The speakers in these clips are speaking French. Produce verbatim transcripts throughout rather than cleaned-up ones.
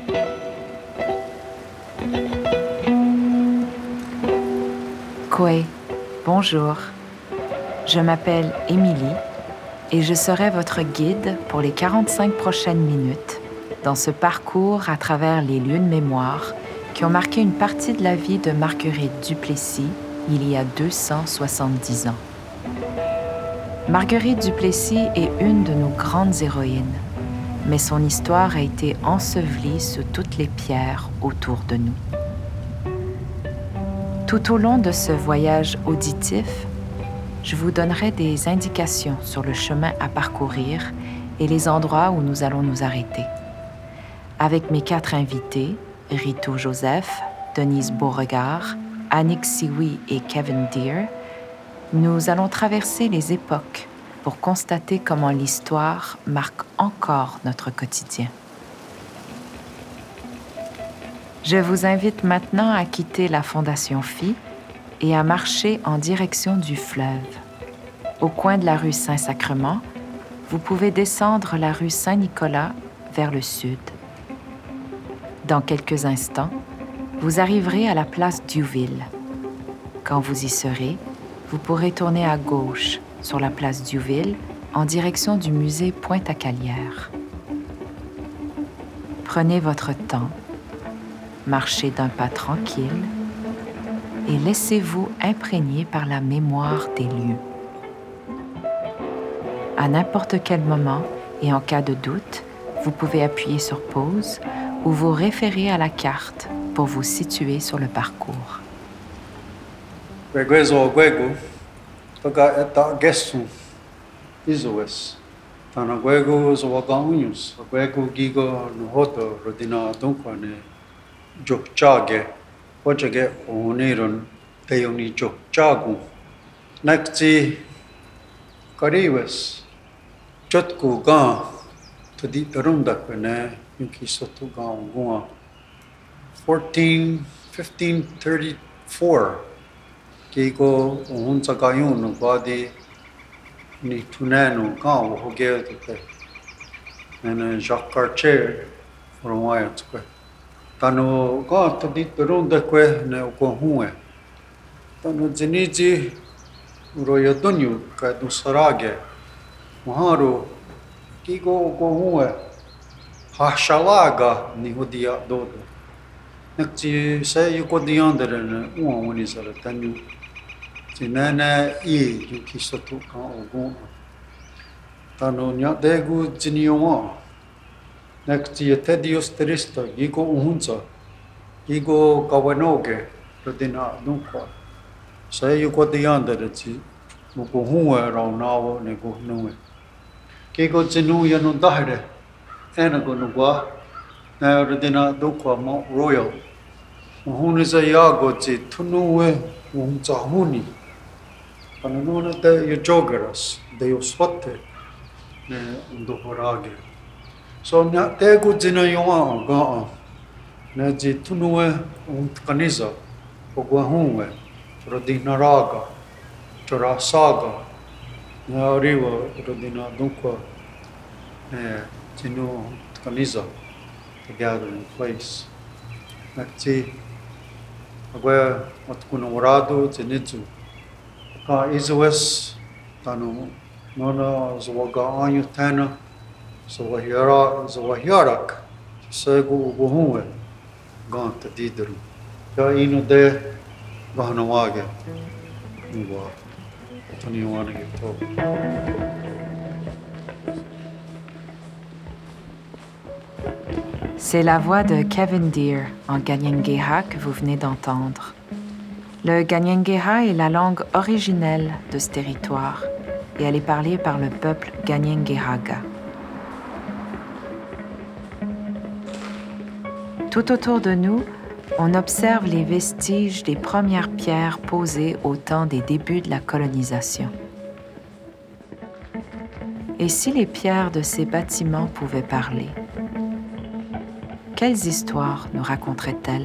Kwe, bonjour. Je m'appelle Émilie et je serai votre guide pour les quarante-cinq prochaines minutes dans ce parcours à travers les lieux de mémoire qui ont marqué une partie de la vie de Marguerite Duplessis il y a deux cent soixante-dix ans. Marguerite Duplessis est une de nos grandes héroïnes, mais son histoire a été ensevelie sous toutes les pierres autour de nous. Tout au long de ce voyage auditif, je vous donnerai des indications sur le chemin à parcourir et les endroits où nous allons nous arrêter. Avec mes quatre invités, Rito Joseph, Denise Beauregard, Annick Sioui et Kevin Deere, nous allons traverser les époques pour constater comment l'histoire marque encore notre quotidien. Je vous invite maintenant à quitter la Fondation Phi et à marcher en direction du fleuve. Au coin de la rue Saint-Sacrement, vous pouvez descendre la rue Saint-Nicolas vers le sud. Dans quelques instants, vous arriverez à la place Diouville. Quand vous y serez, vous pourrez tourner à gauche sur la place Diouville en direction du musée Pointe-à-Calière. Prenez votre temps, marchez d'un pas tranquille et laissez-vous imprégner par la mémoire des lieux. À n'importe quel moment et en cas de doute, vous pouvez appuyer sur pause ou vous référer à la carte pour vous situer sur le parcours. Regreso Guegu, toga eta gesu, isoes. Tana Guegu zoagaunhos, Guegu gigo no hoto, rodina dunkwane, jokchage, ojage oniron, teoni jokchagu. Nakti kariwes, jotku gan, tadi tarunda kwene, yuki sotu gan gua. fourteen, fifteen thirty-four. Kiko unsa kayun no body ni tunano ka o hogel te and Jacques Cartier for a while tue tano ka tadi ronda kwe ne ko hue tano ziniji royo donyu ka do sarage maharo kiko ko hue ha shalaga ni hodia dodo nakti sai yuko diandere ne uo ni sala tanu Tinana i yuki sotu ka ogun. Tano nya degu jinioa. Nakti tedios terista gigo uhunza. Gigo kawanoge rodina nuka. Sai yuko dianda de ti muko huwa ra nawo ne go nuwe. Gigo jinu ya no dahre. Ena go nuwa. Na rodina nuka mo royal. Uhuniza yago ti tunuwe uhunza huni. Panununa de yojogeras, de yoswate, ne undohorage. So nya tegu jina yoa gaa, ne ji tunue unkaniza, pogwahunwe, rodinaraga, torasaga, ne ariwa rodina dunkwa, ne jinu kaniza, together in place. Nakti, agwe matkuna warado, jinizu. Ka isoes tano nona zoga anyu tana zohiara zohiarak sego ubuhue ganta didru ka ino de bahnawage ngwa tani wana gito. C'est la voix de Kevin Deere en Kanien'kehá:ka que vous venez d'entendre. Le Kanien'kéha est la langue originelle de ce territoire et elle est parlée par le peuple Kanien'kehá:ka. Tout autour de nous, on observe les vestiges des premières pierres posées au temps des débuts de la colonisation. Et si les pierres de ces bâtiments pouvaient parler? Quelles histoires nous raconteraient-elles?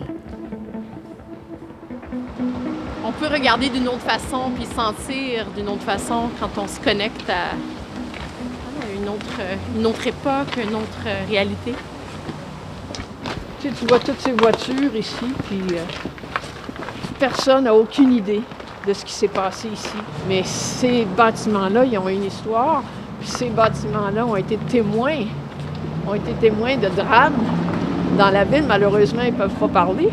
On peut regarder d'une autre façon puis sentir d'une autre façon quand on se connecte à une autre, une autre époque, une autre réalité. Tu sais, tu vois toutes ces voitures ici, puis euh, personne n'a aucune idée de ce qui s'est passé ici. Mais ces bâtiments-là, ils ont une histoire, puis ces bâtiments-là ont été témoins, ont été témoins de drames dans la ville. Malheureusement, ils ne peuvent pas parler.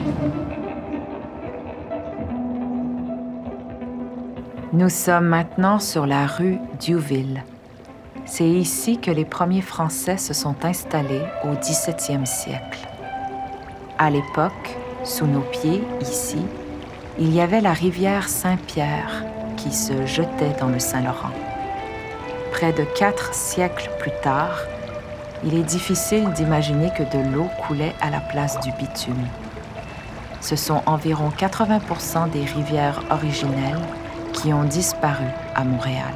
Nous sommes maintenant sur la rue Diouville. C'est ici que les premiers Français se sont installés au dix-septième siècle. À l'époque, sous nos pieds, ici, il y avait la rivière Saint-Pierre qui se jetait dans le Saint-Laurent. Près de quatre siècles plus tard, il est difficile d'imaginer que de l'eau coulait à la place du bitume. Ce sont environ quatre-vingts pour cent des rivières originelles qui ont disparu à Montréal.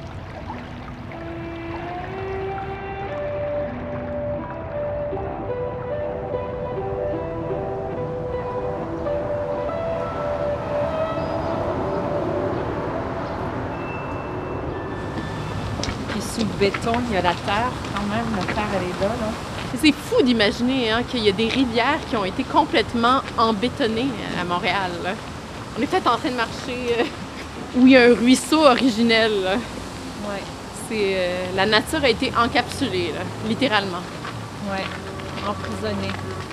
Puis sous le béton, il y a la terre quand même. La terre, elle est là, là. C'est fou d'imaginer hein, qu'il y a des rivières qui ont été complètement embétonnées à Montréal. Là. On est peut-être en train de marcher... Euh... où il y a un ruisseau originel. Ouais. C'est, euh, la nature a été encapsulée, là, littéralement. Oui, emprisonnée.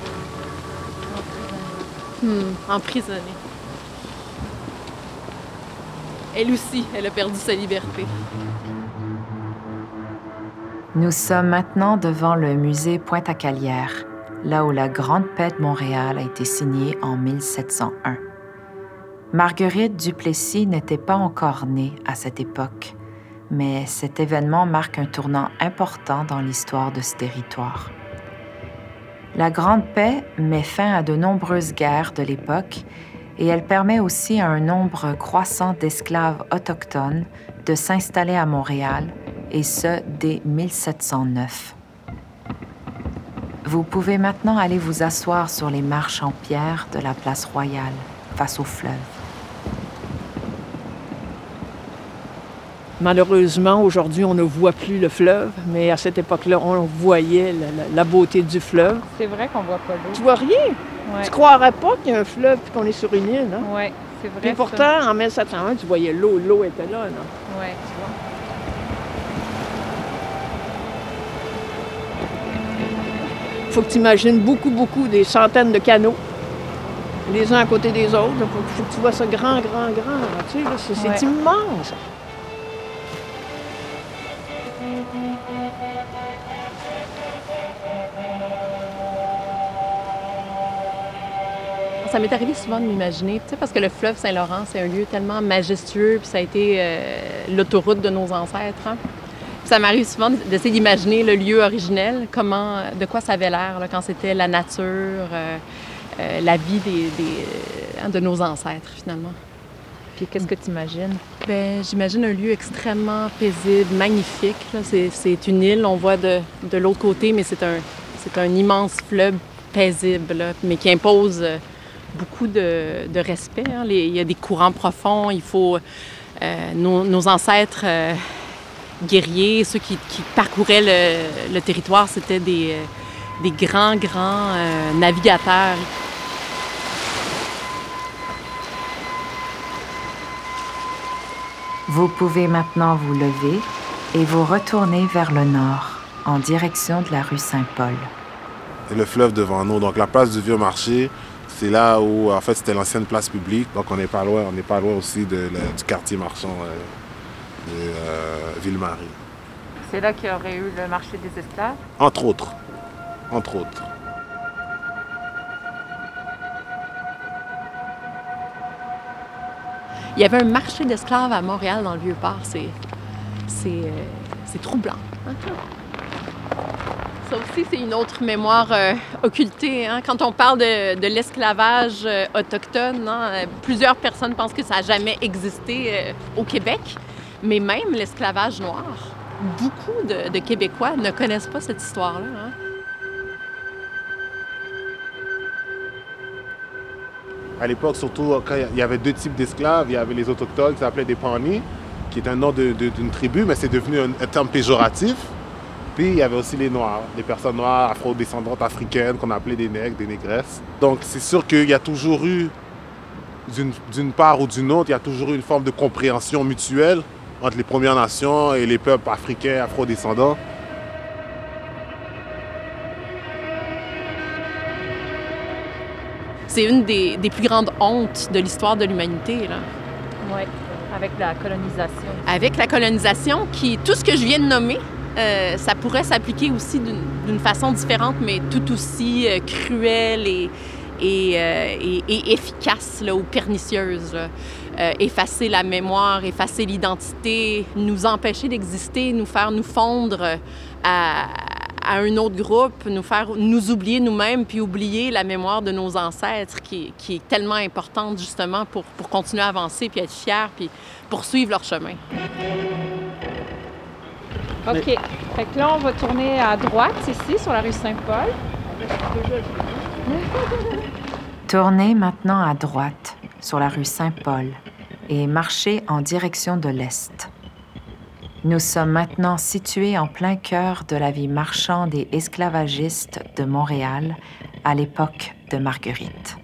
Emprisonnée. Hmm, emprisonnée. Elle aussi, elle a perdu sa liberté. Nous sommes maintenant devant le musée Pointe-à-Calière, là où la Grande Paix de Montréal a été signée en mille sept cent un. Marguerite Duplessis n'était pas encore née à cette époque, mais cet événement marque un tournant important dans l'histoire de ce territoire. La Grande Paix met fin à de nombreuses guerres de l'époque et elle permet aussi à un nombre croissant d'esclaves autochtones de s'installer à Montréal, et ce, dès mille sept cent neuf. Vous pouvez maintenant aller vous asseoir sur les marches en pierre de la place Royale, face au fleuve. Malheureusement, aujourd'hui, on ne voit plus le fleuve, mais à cette époque-là, on voyait la, la, la beauté du fleuve. C'est vrai qu'on voit pas l'eau. Tu vois rien. Ouais. Tu croirais pas qu'il y a un fleuve et qu'on est sur une île. Hein? Oui, c'est vrai. Et pourtant, ça. En mille sept cent un, tu voyais l'eau. L'eau était là. Oui. Il faut que tu imagines beaucoup, beaucoup, des centaines de canaux, les uns à côté des autres. Il faut, faut que tu vois ça grand, grand, grand. Tu sais, là, c'est, c'est ouais. immense. Ça m'est arrivé souvent de m'imaginer, tu sais, parce que le fleuve Saint-Laurent, c'est un lieu tellement majestueux, puis ça a été euh, l'autoroute de nos ancêtres. Hein. Ça m'arrive souvent d'essayer d'imaginer le lieu originel, comment, de quoi ça avait l'air là, quand c'était la nature, euh, euh, la vie des, des, euh, de nos ancêtres, finalement. Puis qu'est-ce que tu imagines? Bien, j'imagine un lieu extrêmement paisible, magnifique. Là. C'est, c'est une île, on voit de, de l'autre côté, mais c'est un, c'est un immense fleuve paisible, là, mais qui impose euh, beaucoup de, de respect. Hein. Les, il y a des courants profonds, il faut... Euh, nos, nos ancêtres... Euh, guerriers, ceux qui, qui parcouraient le, le territoire, c'était des, euh, des grands, grands euh, navigateurs. Vous pouvez maintenant vous lever et vous retourner vers le nord, en direction de la rue Saint-Paul. Et le fleuve devant nous, donc la place du Vieux-Marché, c'est là où, en fait, c'était l'ancienne place publique, donc on n'est pas loin, on n'est pas loin aussi de, le, du quartier marchand. Euh, de euh, Ville-Marie. C'est là qu'il y aurait eu le marché des esclaves? Entre autres. Entre autres. Il y avait un marché d'esclaves à Montréal, dans le Vieux-Port. C'est, c'est, euh, c'est troublant. Hein? Ça aussi, c'est une autre mémoire euh, occultée. Hein? Quand on parle de, de l'esclavage euh, autochtone, hein, plusieurs personnes pensent que ça n'a jamais existé euh, au Québec. Mais même l'esclavage noir, beaucoup de, de Québécois ne connaissent pas cette histoire-là. Hein? À l'époque, surtout, quand il y avait deux types d'esclaves, il y avait les autochtones qui s'appelaient des Pawnees, qui est un nom de, de, d'une tribu, mais c'est devenu un, un terme péjoratif. Puis il y avait aussi les Noirs, les personnes noires, afro-descendantes africaines, qu'on appelait des nègres, des négresses. Donc c'est sûr qu'il y a toujours eu, d'une, d'une part ou d'une autre, il y a toujours eu une forme de compréhension mutuelle entre les Premières Nations et les peuples africains, afro-descendants. C'est une des, des plus grandes hontes de l'histoire de l'humanité, là. Oui, avec la colonisation. Avec la colonisation, qui, tout ce que je viens de nommer, euh, ça pourrait s'appliquer aussi d'une, d'une façon différente, mais tout aussi euh, cruelle et, et, euh, et, et efficace là, ou pernicieuse. Là. Euh, effacer la mémoire, effacer l'identité, nous empêcher d'exister, nous faire nous fondre à, à un autre groupe, nous faire nous oublier nous-mêmes, puis oublier la mémoire de nos ancêtres qui, qui est tellement importante justement pour, pour continuer à avancer, puis être fiers, puis poursuivre leur chemin. OK. Fait que là, on va tourner à droite, ici, sur la rue Saint-Paul. Tournez maintenant à droite, sur la rue Saint-Paul, et marchez en direction de l'Est. Nous sommes maintenant situés en plein cœur de la vie marchande et esclavagiste de Montréal à l'époque de Marguerite.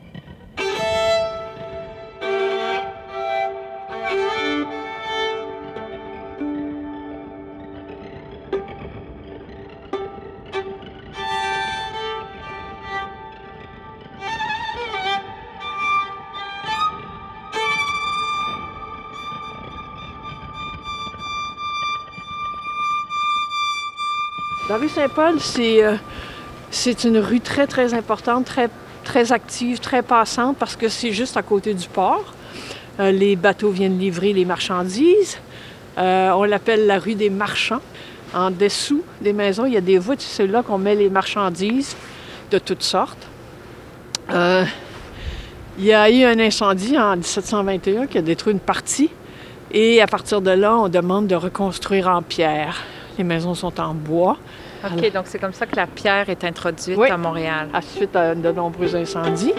La rue Saint-Paul, c'est, euh, c'est une rue très, très importante, très, très active, très passante, parce que c'est juste à côté du port. Euh, les bateaux viennent livrer les marchandises. Euh, on l'appelle la rue des marchands. En dessous des maisons, il y a des voûtes. C'est là qu'on met les marchandises de toutes sortes. Euh, il y a eu un incendie en dix-sept cent vingt et un qui a détruit une partie. Et à partir de là, on demande de reconstruire en pierre. Les maisons sont en bois. OK, Alors, donc c'est comme ça que la pierre est introduite oui, à Montréal. à suite à de nombreux incendies.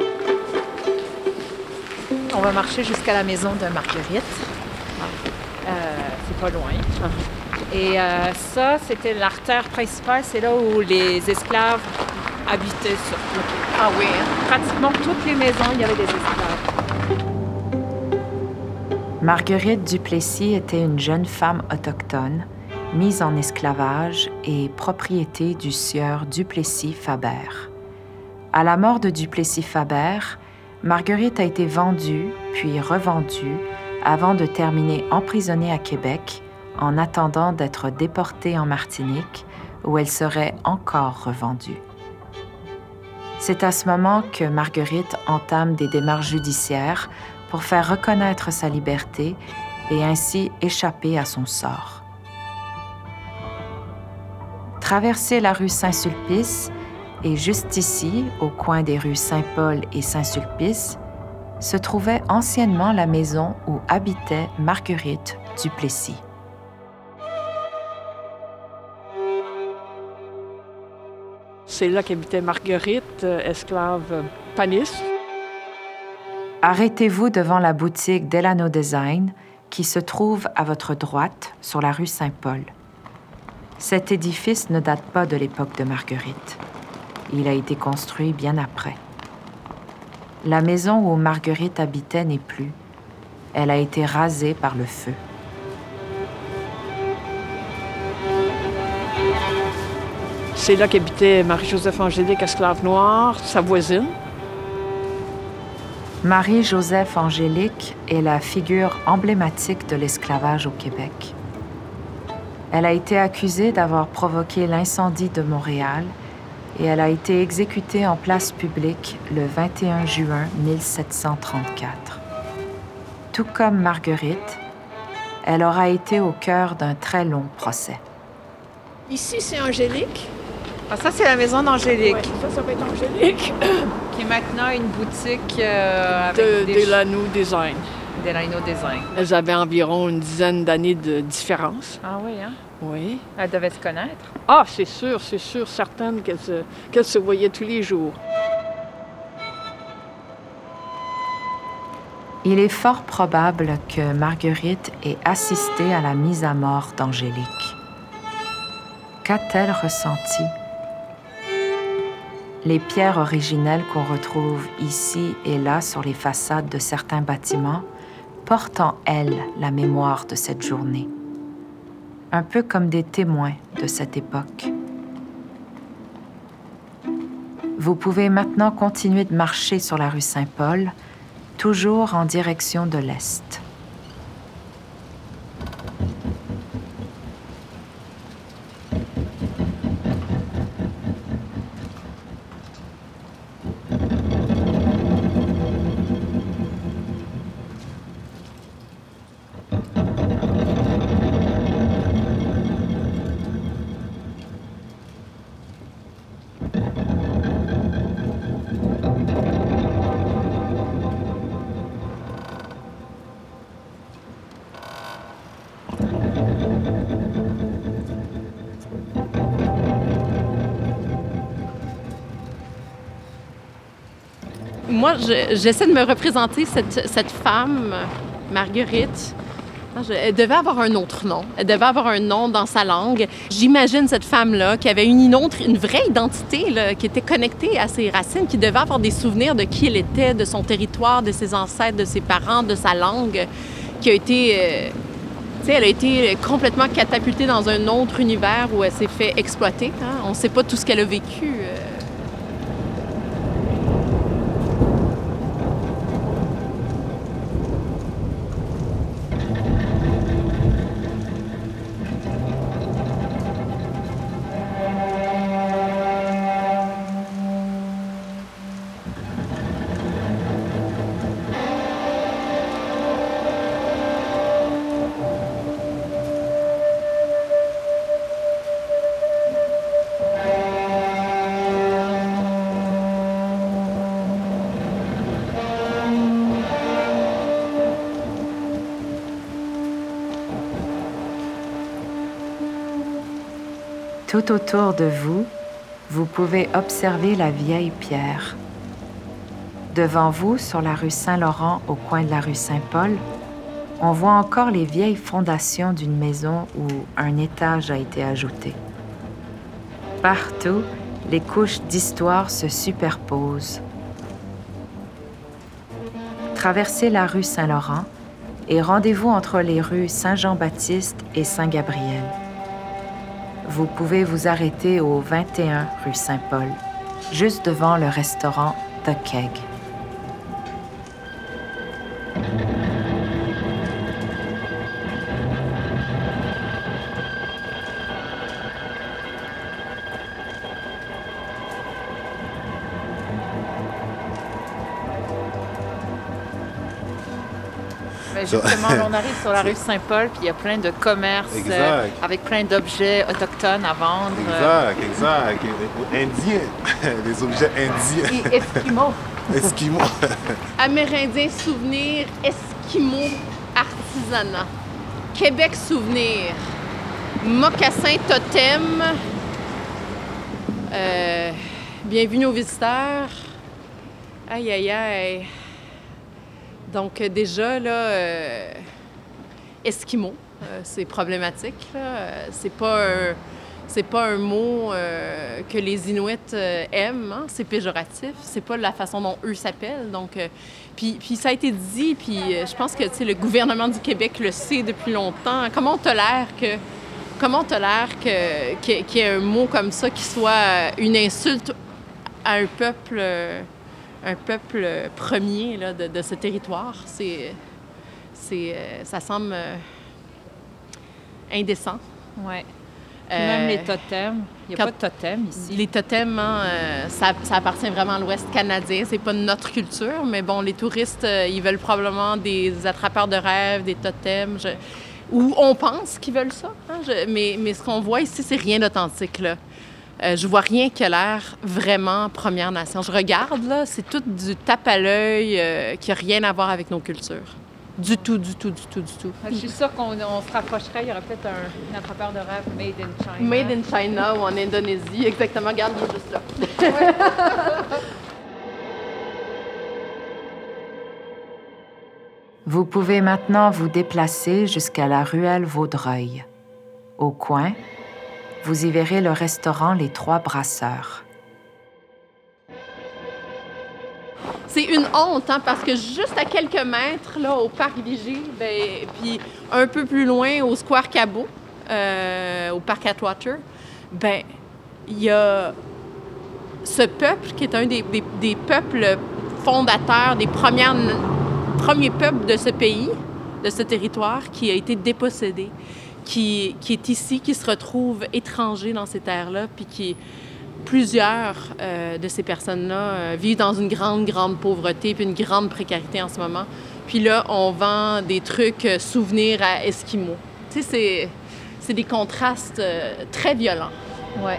On va marcher jusqu'à la maison de Marguerite. Euh, c'est pas loin. Et euh, ça, c'était l'artère principale. C'est là où les esclaves habitaient surtout. Ah oui, hein? Pratiquement toutes les maisons, il y avait des esclaves. Marguerite Duplessis était une jeune femme autochtone, mise en esclavage et propriété du sieur Duplessis-Faber. À la mort de Duplessis-Faber, Marguerite a été vendue puis revendue avant de terminer emprisonnée à Québec en attendant d'être déportée en Martinique où elle serait encore revendue. C'est à ce moment que Marguerite entame des démarches judiciaires pour faire reconnaître sa liberté et ainsi échapper à son sort. Traverser la rue Saint-Sulpice et juste ici, au coin des rues Saint-Paul et Saint-Sulpice, se trouvait anciennement la maison où habitait Marguerite Duplessis. C'est là qu'habitait Marguerite, esclave paniste. Arrêtez-vous devant la boutique Delano Design qui se trouve à votre droite sur la rue Saint-Paul. Cet édifice ne date pas de l'époque de Marguerite. Il a été construit bien après. La maison où Marguerite habitait n'est plus. Elle a été rasée par le feu. C'est là qu'habitait Marie-Joseph Angélique, esclave noire, sa voisine. Marie-Joseph Angélique est la figure emblématique de l'esclavage au Québec. Elle a été accusée d'avoir provoqué l'incendie de Montréal et elle a été exécutée en place publique le vingt et un juin mille sept cent trente-quatre. Tout comme Marguerite, elle aura été au cœur d'un très long procès. Ici, c'est Angélique. Ah, ça, c'est la maison d'Angélique, Ouais, ça, ça va être Angélique. qui est maintenant une boutique euh, avec De des Delano Design. Delano Design. Elles avaient environ une dizaine d'années de différence. Ah oui, hein? Oui. Elles devaient se connaître. Ah, c'est sûr, c'est sûr, certaine qu'elles se, qu'elles se voyaient tous les jours. Il est fort probable que Marguerite ait assisté à la mise à mort d'Angélique. Qu'a-t-elle ressenti? Les pierres originelles qu'on retrouve ici et là sur les façades de certains bâtiments portent en elles la mémoire de cette journée, un peu comme des témoins de cette époque. Vous pouvez maintenant continuer de marcher sur la rue Saint-Paul, toujours en direction de l'Est. Moi, je, j'essaie de me représenter cette, cette femme, Marguerite. Elle devait avoir un autre nom. Elle devait avoir un nom dans sa langue. J'imagine cette femme-là qui avait une autre, une vraie identité, là, qui était connectée à ses racines, qui devait avoir des souvenirs de qui elle était, de son territoire, de ses ancêtres, de ses parents, de sa langue, qui a été... Euh, tu sais, elle a été complètement catapultée dans un autre univers où elle s'est fait exploiter. Hein? On ne sait pas tout ce qu'elle a vécu. Euh... Tout autour de vous, vous pouvez observer la vieille pierre. Devant vous, sur la rue Saint-Laurent, au coin de la rue Saint-Paul, on voit encore les vieilles fondations d'une maison où un étage a été ajouté. Partout, les couches d'histoire se superposent. Traversez la rue Saint-Laurent et rendez-vous entre les rues Saint-Jean-Baptiste et Saint-Gabriel. Vous pouvez vous arrêter au vingt et un rue Saint-Paul, juste devant le restaurant The Keg. Ben justement, on arrive sur la rue Saint-Paul, puis il y a plein de commerces euh, avec plein d'objets autochtones à vendre. Exact, exact. Indiens, des objets indiens. Et esquimaux. Esquimaux. Amérindiens souvenirs, Esquimaux artisanat, Québec souvenir, mocassin totem. Euh, bienvenue aux visiteurs. Aïe, aïe, aïe. Donc déjà, là, euh, Esquimaux, euh, c'est problématique. Là. Euh, c'est pas un, c'est pas un mot euh, que les Inuits euh, aiment. Hein? C'est péjoratif. C'est pas la façon dont eux s'appellent. Donc, euh, puis, puis ça a été dit, puis euh, je pense que le gouvernement du Québec le sait depuis longtemps. Comment on tolère que, comment on tolère que, que, qu'il y ait un mot comme ça qui soit une insulte à un peuple... Euh, un peuple premier là, de, de ce territoire. C'est, c'est, euh, ça semble euh, indécent. Oui. Euh, Même les totems. Il n'y a quand, pas de totem ici. Les totems, hein, euh, ça, ça appartient vraiment à l'Ouest canadien. C'est pas notre culture, mais bon, les touristes, euh, ils veulent probablement des attrapeurs de rêves, des totems. Je... Ou on pense qu'ils veulent ça. Hein, je... mais, mais ce qu'on voit ici, c'est rien d'authentique, là. Euh, je vois rien qui a l'air vraiment Première Nation. Je regarde, là, c'est tout du tape à l'œil euh, qui n'a rien à voir avec nos cultures. Du tout, du tout, du tout, du tout. Je suis sûre qu'on on se rapprocherait, il y aurait peut-être un, un attrapeur de rêve made in China. Made in China ou en Indonésie, exactement. Regarde, il est juste là. Vous pouvez maintenant vous déplacer jusqu'à la ruelle Vaudreuil. Au coin, vous y verrez le restaurant Les Trois Brasseurs. C'est une honte, hein, parce que juste à quelques mètres, là, au parc Vigie, ben, puis un peu plus loin, au Square Cabot, euh, au parc Atwater, ben, il y a ce peuple qui est un des, des, des peuples fondateurs, des premières, premiers peuples de ce pays, de ce territoire, qui a été dépossédé, qui, qui est ici, qui se retrouve étranger dans ces terres-là, puis qui... Plusieurs euh, de ces personnes-là euh, vivent dans une grande, grande pauvreté puis une grande précarité en ce moment. Puis là, on vend des trucs euh, souvenirs à Esquimaux. Tu sais, c'est, c'est des contrastes euh, très violents. Ouais.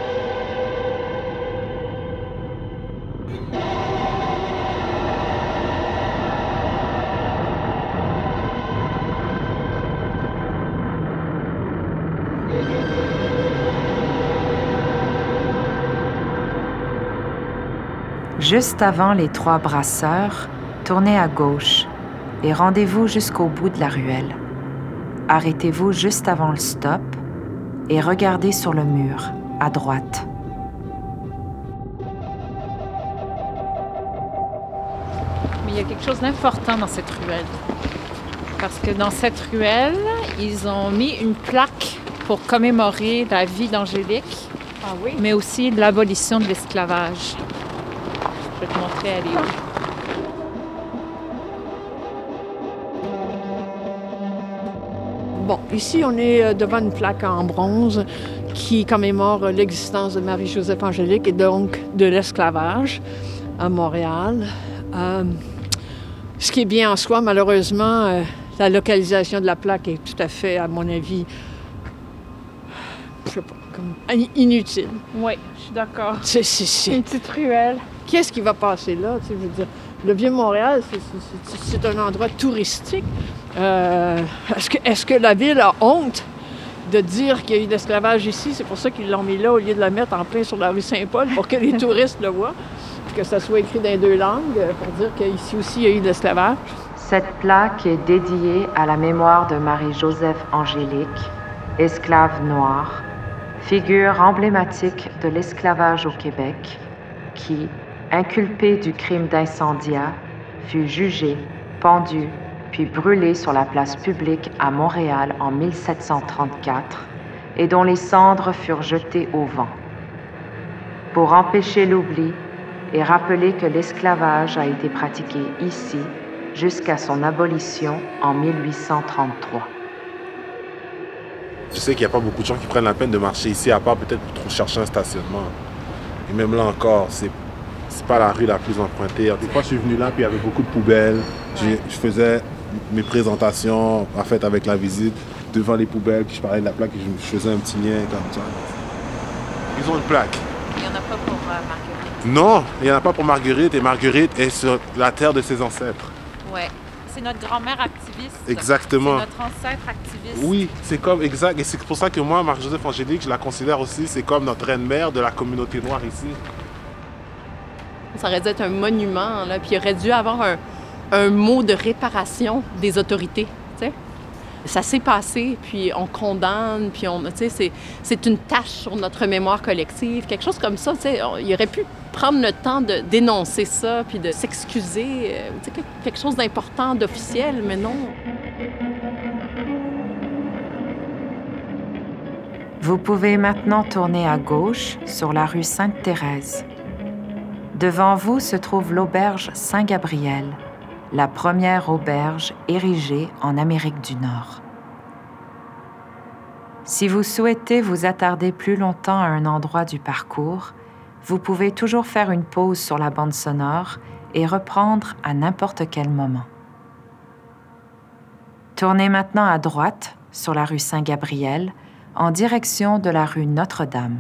Juste avant Les Trois Brasseurs, tournez à gauche et rendez-vous jusqu'au bout de la ruelle. Arrêtez-vous juste avant le stop et regardez sur le mur, à droite. Mais il y a quelque chose d'important dans cette ruelle. Parce que dans cette ruelle, ils ont mis une plaque pour commémorer la vie d'Angélique, Ah oui? mais aussi l'abolition de l'esclavage. Je vais te montrer, elle est où. Bon, ici, on est devant une plaque en bronze qui commémore l'existence de Marie-Joseph Angélique et donc de l'esclavage à Montréal. Euh, ce qui est bien en soi, malheureusement, euh, la localisation de la plaque est tout à fait, à mon avis, je sais pas, comme inutile. Oui, je suis d'accord. C'est, c'est, c'est... Une petite ruelle. Qu'est-ce qui va passer là? Tu sais, je veux dire, le Vieux-Montréal, c'est, c'est, c'est, c'est un endroit touristique. Euh, est-ce que, est-ce que la ville a honte de dire qu'il y a eu de l'esclavage ici? C'est pour ça qu'ils l'ont mis là au lieu de la mettre en plein sur la rue Saint-Paul pour que les touristes le voient, que ça soit écrit dans les deux langues pour dire qu'ici aussi il y a eu de l'esclavage. Cette plaque est dédiée à la mémoire de Marie-Joseph Angélique, esclave noire, figure emblématique de l'esclavage au Québec, qui, inculpée du crime d'incendiat, fut jugée, pendue, puis brûlée sur la place publique à Montréal en mille sept cent trente-quatre et dont les cendres furent jetées au vent. Pour empêcher l'oubli et rappeler que l'esclavage a été pratiqué ici jusqu'à son abolition en mille huit cent trente-trois. Je sais qu'il n'y a pas beaucoup de gens qui prennent la peine de marcher ici, à part peut-être pour chercher un stationnement. Et même là encore, c'est c'est pas la rue la plus empruntée. Des fois, je suis venu là, puis il y avait beaucoup de poubelles. Je, je faisais mes présentations, en fait, avec la visite, devant les poubelles, puis je parlais de la plaque, et je, je faisais un petit lien comme ça. Ils ont une plaque. Il n'y en a pas pour euh, Marguerite. Non, il n'y en a pas pour Marguerite, et Marguerite est sur la terre de ses ancêtres. Ouais. C'est notre grand-mère activiste. Exactement. C'est notre ancêtre activiste. Oui, c'est comme, exact. Et c'est pour ça que moi, Marie-Joseph Angélique, je la considère aussi, c'est comme notre reine-mère de la communauté noire ici. Ça aurait dû être un monument, là, puis il aurait dû avoir un, un mot de réparation des autorités, tu sais. Ça s'est passé, puis on condamne, puis on, tu sais, c'est, c'est une tâche sur notre mémoire collective, quelque chose comme ça, tu sais. On, il aurait pu prendre le temps de dénoncer ça, puis de s'excuser, euh, tu sais, quelque chose d'important, d'officiel, mais non. Vous pouvez maintenant tourner à gauche sur la rue Sainte-Thérèse. Devant vous se trouve l'auberge Saint-Gabriel, la première auberge érigée en Amérique du Nord. Si vous souhaitez vous attarder plus longtemps à un endroit du parcours, vous pouvez toujours faire une pause sur la bande sonore et reprendre à n'importe quel moment. Tournez maintenant à droite sur la rue Saint-Gabriel en direction de la rue Notre-Dame.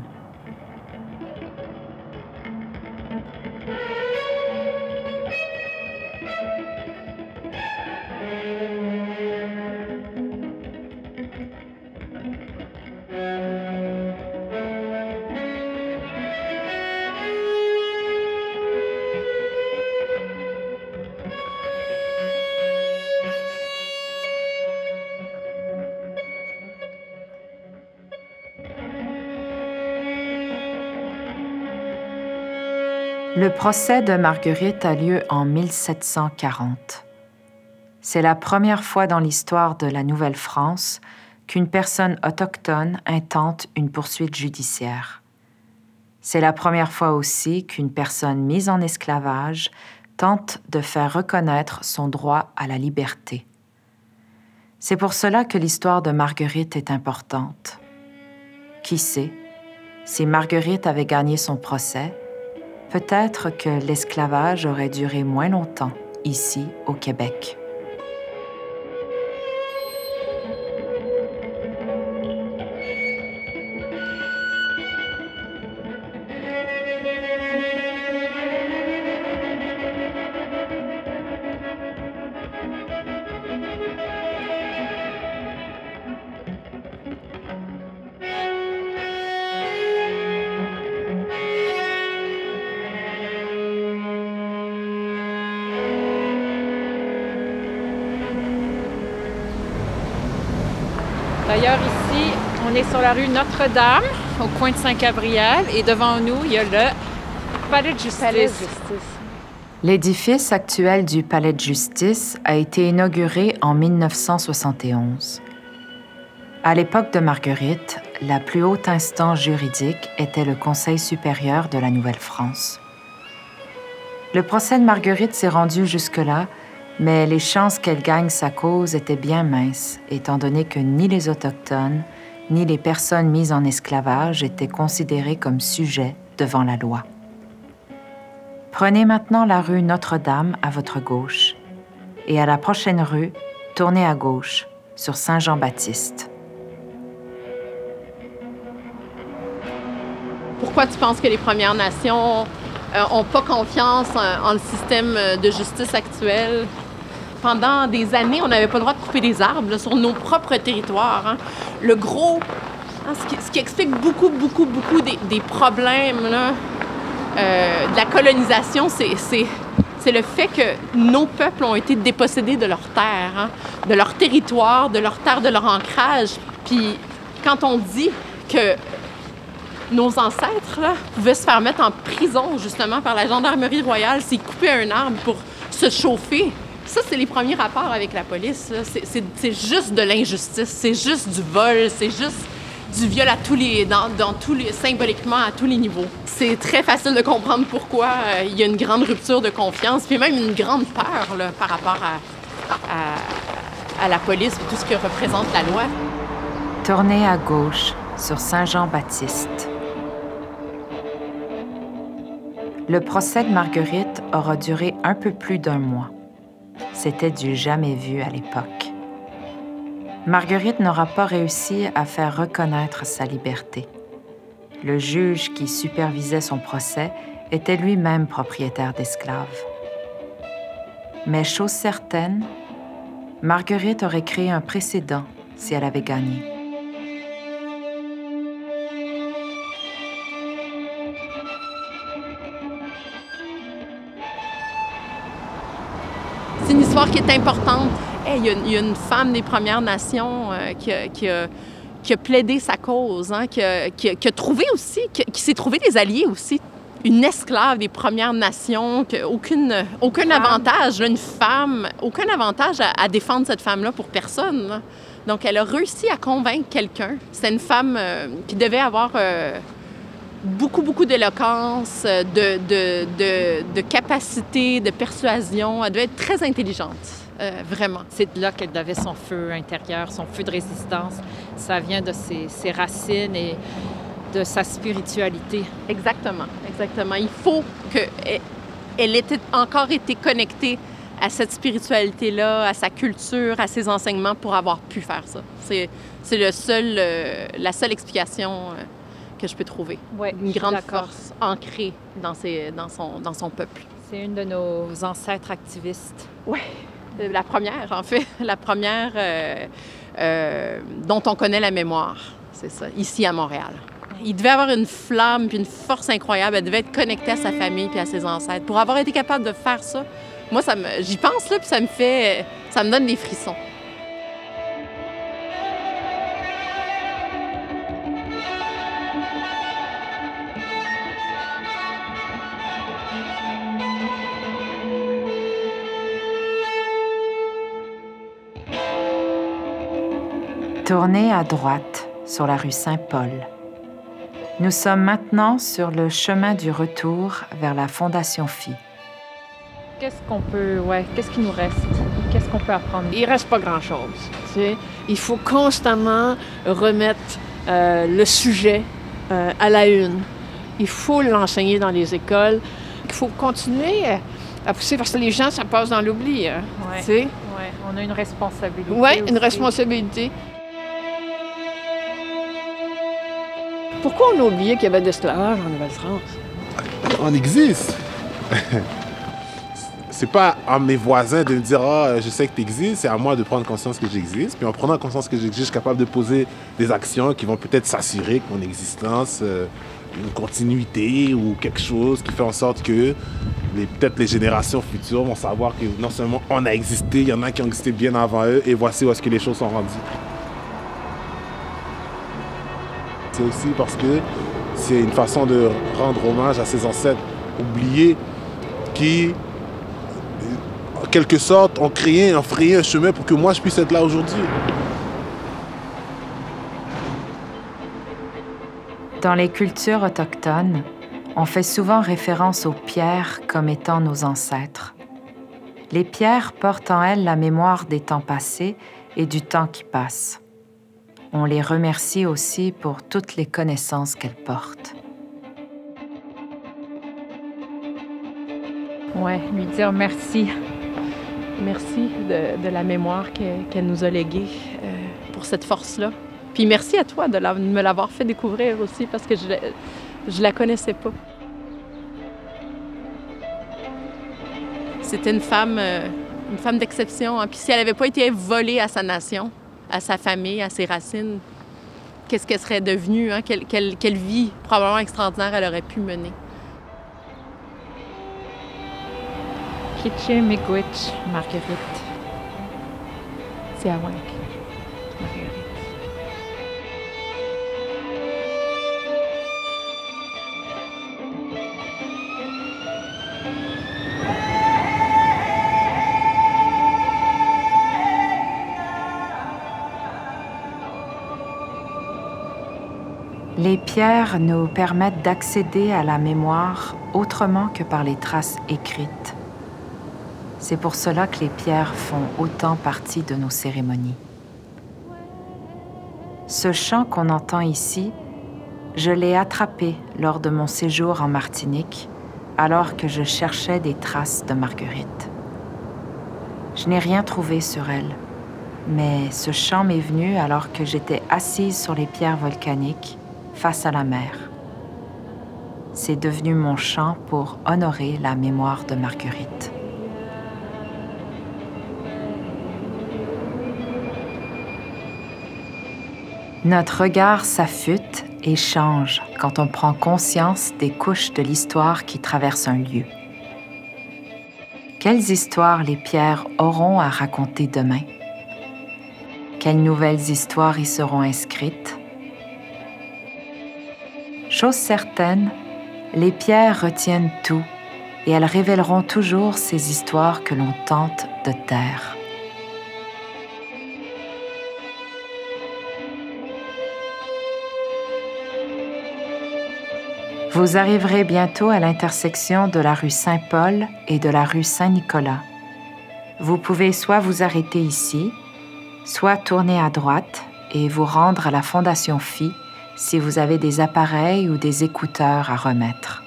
Le procès de Marguerite a lieu en mille sept cent quarante. C'est la première fois dans l'histoire de la Nouvelle-France qu'une personne autochtone intente une poursuite judiciaire. C'est la première fois aussi qu'une personne mise en esclavage tente de faire reconnaître son droit à la liberté. C'est pour cela que l'histoire de Marguerite est importante. Qui sait, si Marguerite avait gagné son procès, peut-être que l'esclavage aurait duré moins longtemps ici au Québec. D'ailleurs, ici, on est sur la rue Notre-Dame, au coin de Saint-Gabriel, et devant nous, il y a le Palais de Justice. Palais de Justice. L'édifice actuel du Palais de Justice a été inauguré en mille neuf cent soixante et onze. À l'époque de Marguerite, la plus haute instance juridique était le Conseil supérieur de la Nouvelle-France. Le procès de Marguerite s'est rendu jusque-là, mais les chances qu'elle gagne sa cause étaient bien minces, étant donné que ni les Autochtones, ni les personnes mises en esclavage étaient considérées comme sujets devant la loi. Prenez maintenant la rue Notre-Dame à votre gauche et à la prochaine rue, tournez à gauche sur Saint-Jean-Baptiste. Pourquoi tu penses que les Premières Nations n'ont pas confiance en, en le système de justice actuel? Pendant des années, on n'avait pas le droit de couper des arbres là, sur nos propres territoires. Hein. Le gros, hein, ce, qui, ce qui explique beaucoup, beaucoup, beaucoup des, des problèmes là, euh, de la colonisation, c'est, c'est, c'est le fait que nos peuples ont été dépossédés de leurs terres, hein, de leur territoire, de leur terre, de leur ancrage. Puis quand on dit que nos ancêtres là, pouvaient se faire mettre en prison justement par la gendarmerie royale s'ils coupaient un arbre pour se chauffer, ça, c'est les premiers rapports avec la police. C'est, c'est, c'est juste de l'injustice, c'est juste du vol, c'est juste du viol à tous les, dans, dans tous les, symboliquement à tous les niveaux. C'est très facile de comprendre pourquoi euh, il y a une grande rupture de confiance, puis même une grande peur là, par rapport à, à, à la police et tout ce que représente la loi. Tournez à gauche sur Saint-Jean-Baptiste. Le procès de Marguerite aura duré un peu plus d'un mois. C'était du jamais vu à l'époque. Marguerite n'aura pas réussi à faire reconnaître sa liberté. Le juge qui supervisait son procès était lui-même propriétaire d'esclaves. Mais chose certaine, Marguerite aurait créé un précédent si elle avait gagné. C'est une histoire qui est importante. Hey, il, y a, il y a une femme des Premières Nations euh, qui, a, qui, a, qui a plaidé sa cause, hein, qui, a, qui, a, qui a trouvé aussi, qui, qui s'est trouvé des alliés aussi. Une esclave des Premières Nations, qui a aucune, aucun avantage, là, une femme, aucun avantage à, à défendre cette femme-là pour personne. Là. Donc, elle a réussi à convaincre quelqu'un. C'était une femme euh, qui devait avoir... Euh, beaucoup, beaucoup d'éloquence, de, de, de, de capacité, de persuasion. Elle devait être très intelligente, euh, vraiment. C'est là qu'elle avait son feu intérieur, son feu de résistance. Ça vient de ses, ses racines et de sa spiritualité. Exactement, exactement. Il faut qu'elle elle ait encore été connectée à cette spiritualité-là, à sa culture, à ses enseignements pour avoir pu faire ça. C'est, c'est le seul, euh, la seule explication... Euh, que je peux trouver. Ouais, une grande force ancrée dans, ses, dans, son, dans son peuple. C'est une de nos ancêtres activistes. Oui, la première, en fait. La première euh, euh, dont on connaît la mémoire, c'est ça, ici à Montréal. Il devait avoir une flamme puis une force incroyable. Elle devait être connectée à sa famille puis à ses ancêtres. Pour avoir été capable de faire ça, moi, ça me, j'y pense là puis ça me fait... ça me donne des frissons. Tournez à droite sur la rue Saint-Paul. Nous sommes maintenant sur le chemin du retour vers la Fondation Phi. Qu'est-ce qu'on peut, ouais, qu'est-ce qui nous reste? Qu'est-ce qu'on peut apprendre? Il reste pas grand-chose. Tu sais. Il faut constamment remettre euh, le sujet euh, à la une. Il faut l'enseigner dans les écoles. Il faut continuer à pousser parce que les gens, ça passe dans l'oubli. Hein, ouais, tu sais. ouais, on a une responsabilité. Oui, une aussi. responsabilité. Pourquoi on a oublié qu'il y avait de l'esclavage en Nouvelle-France? On existe. C'est pas à mes voisins de me dire « Ah, je sais que tu existes », c'est à moi de prendre conscience que j'existe. Puis en prenant conscience que j'existe, je suis capable de poser des actions qui vont peut-être s'assurer que mon existence, euh, une continuité ou quelque chose qui fait en sorte que les, peut-être les générations futures vont savoir que non seulement on a existé, il y en a qui ont existé bien avant eux et voici où est-ce que les choses sont rendues. C'est aussi parce que c'est une façon de rendre hommage à ces ancêtres oubliés qui, en quelque sorte, ont créé, ont frayé un chemin pour que moi je puisse être là aujourd'hui. Dans les cultures autochtones, on fait souvent référence aux pierres comme étant nos ancêtres. Les pierres portent en elles la mémoire des temps passés et du temps qui passe. On les remercie aussi pour toutes les connaissances qu'elles portent. Ouais, lui dire merci. Merci de, de la mémoire qu'elle, qu'elle nous a léguée euh, pour cette force-là. Puis merci à toi de, la, de me l'avoir fait découvrir aussi parce que je ne la connaissais pas. C'était une femme, euh, une femme d'exception. Hein. Puis si elle n'avait pas été volée à sa nation, à sa famille, à ses racines, qu'est-ce qu'elle serait devenue? Hein? Quelle, quelle, quelle vie probablement extraordinaire elle aurait pu mener? Kitche Miigwech, Marguerite. C'est à Wank. Marguerite. Les pierres nous permettent d'accéder à la mémoire autrement que par les traces écrites. C'est pour cela que les pierres font autant partie de nos cérémonies. Ce chant qu'on entend ici, je l'ai attrapé lors de mon séjour en Martinique, alors que je cherchais des traces de Marguerite. Je n'ai rien trouvé sur elle, mais ce chant m'est venu alors que j'étais assise sur les pierres volcaniques, face à la mer. C'est devenu mon chant pour honorer la mémoire de Marguerite. Notre regard s'affûte et change quand on prend conscience des couches de l'histoire qui traversent un lieu. Quelles histoires les pierres auront à raconter demain? Quelles nouvelles histoires y seront inscrites? Chose certaine, les pierres retiennent tout et elles révéleront toujours ces histoires que l'on tente de taire. Vous arriverez bientôt à l'intersection de la rue Saint-Paul et de la rue Saint-Nicolas. Vous pouvez soit vous arrêter ici, soit tourner à droite et vous rendre à la Fondation Phi si vous avez des appareils ou des écouteurs à remettre.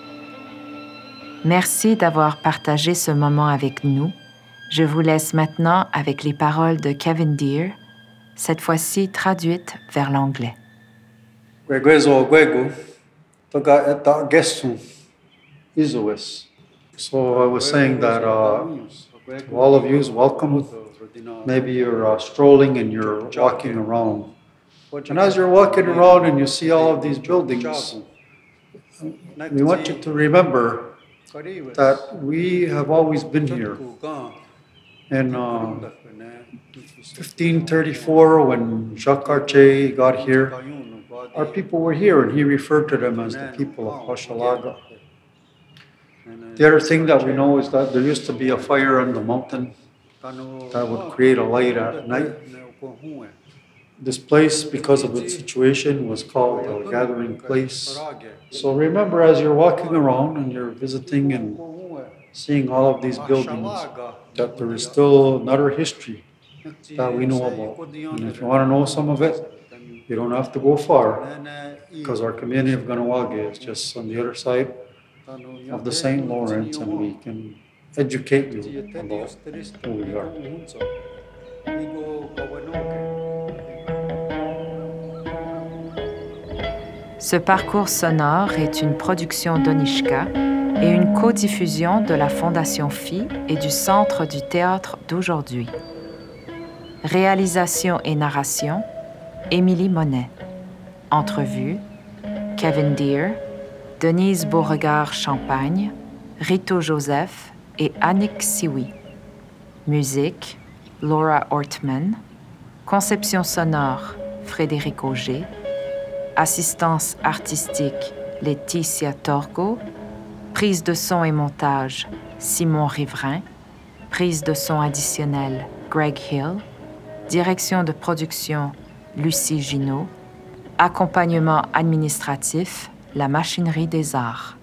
Merci d'avoir partagé ce moment avec nous. Je vous laisse maintenant avec les paroles de Kevin Deere, cette fois-ci traduites vers l'anglais. So I was saying that uh, to all of you is welcome. Maybe you're uh, strolling and you're walking around. And as you're walking around and you see all of these buildings, we want you to remember that we have always been here. In uh, fifteen thirty-four, when Jacques Cartier got here, our people were here, and he referred to them as the people of Hochelaga. The other thing that we know is that there used to be a fire on the mountain that would create a light at night. This place, because of its situation, was called the Gathering Place. So remember, as you're walking around and you're visiting and seeing all of these buildings, that there is still another history that we know about. And if you want to know some of it, you don't have to go far, because our community of Kahnawake is just on the other side of the Saint Lawrence, and we can educate you about who we are. Ce parcours sonore est une production d'Onishka et une codiffusion de la Fondation Phi et du Centre du théâtre d'aujourd'hui. Réalisation et narration, Émilie Monet. Entrevue, Kevin Deere, Denise Beauregard-Champagne, Rito Joseph et Annick Sioui. Musique, Laura Ortman. Conception sonore, Frédéric Auger. Assistance artistique, Laetitia Torgo. Prise de son et montage, Simon Riverain. Prise de son additionnelle, Greg Hill. Direction de production, Lucie Ginaud. Accompagnement administratif, La Machinerie des Arts.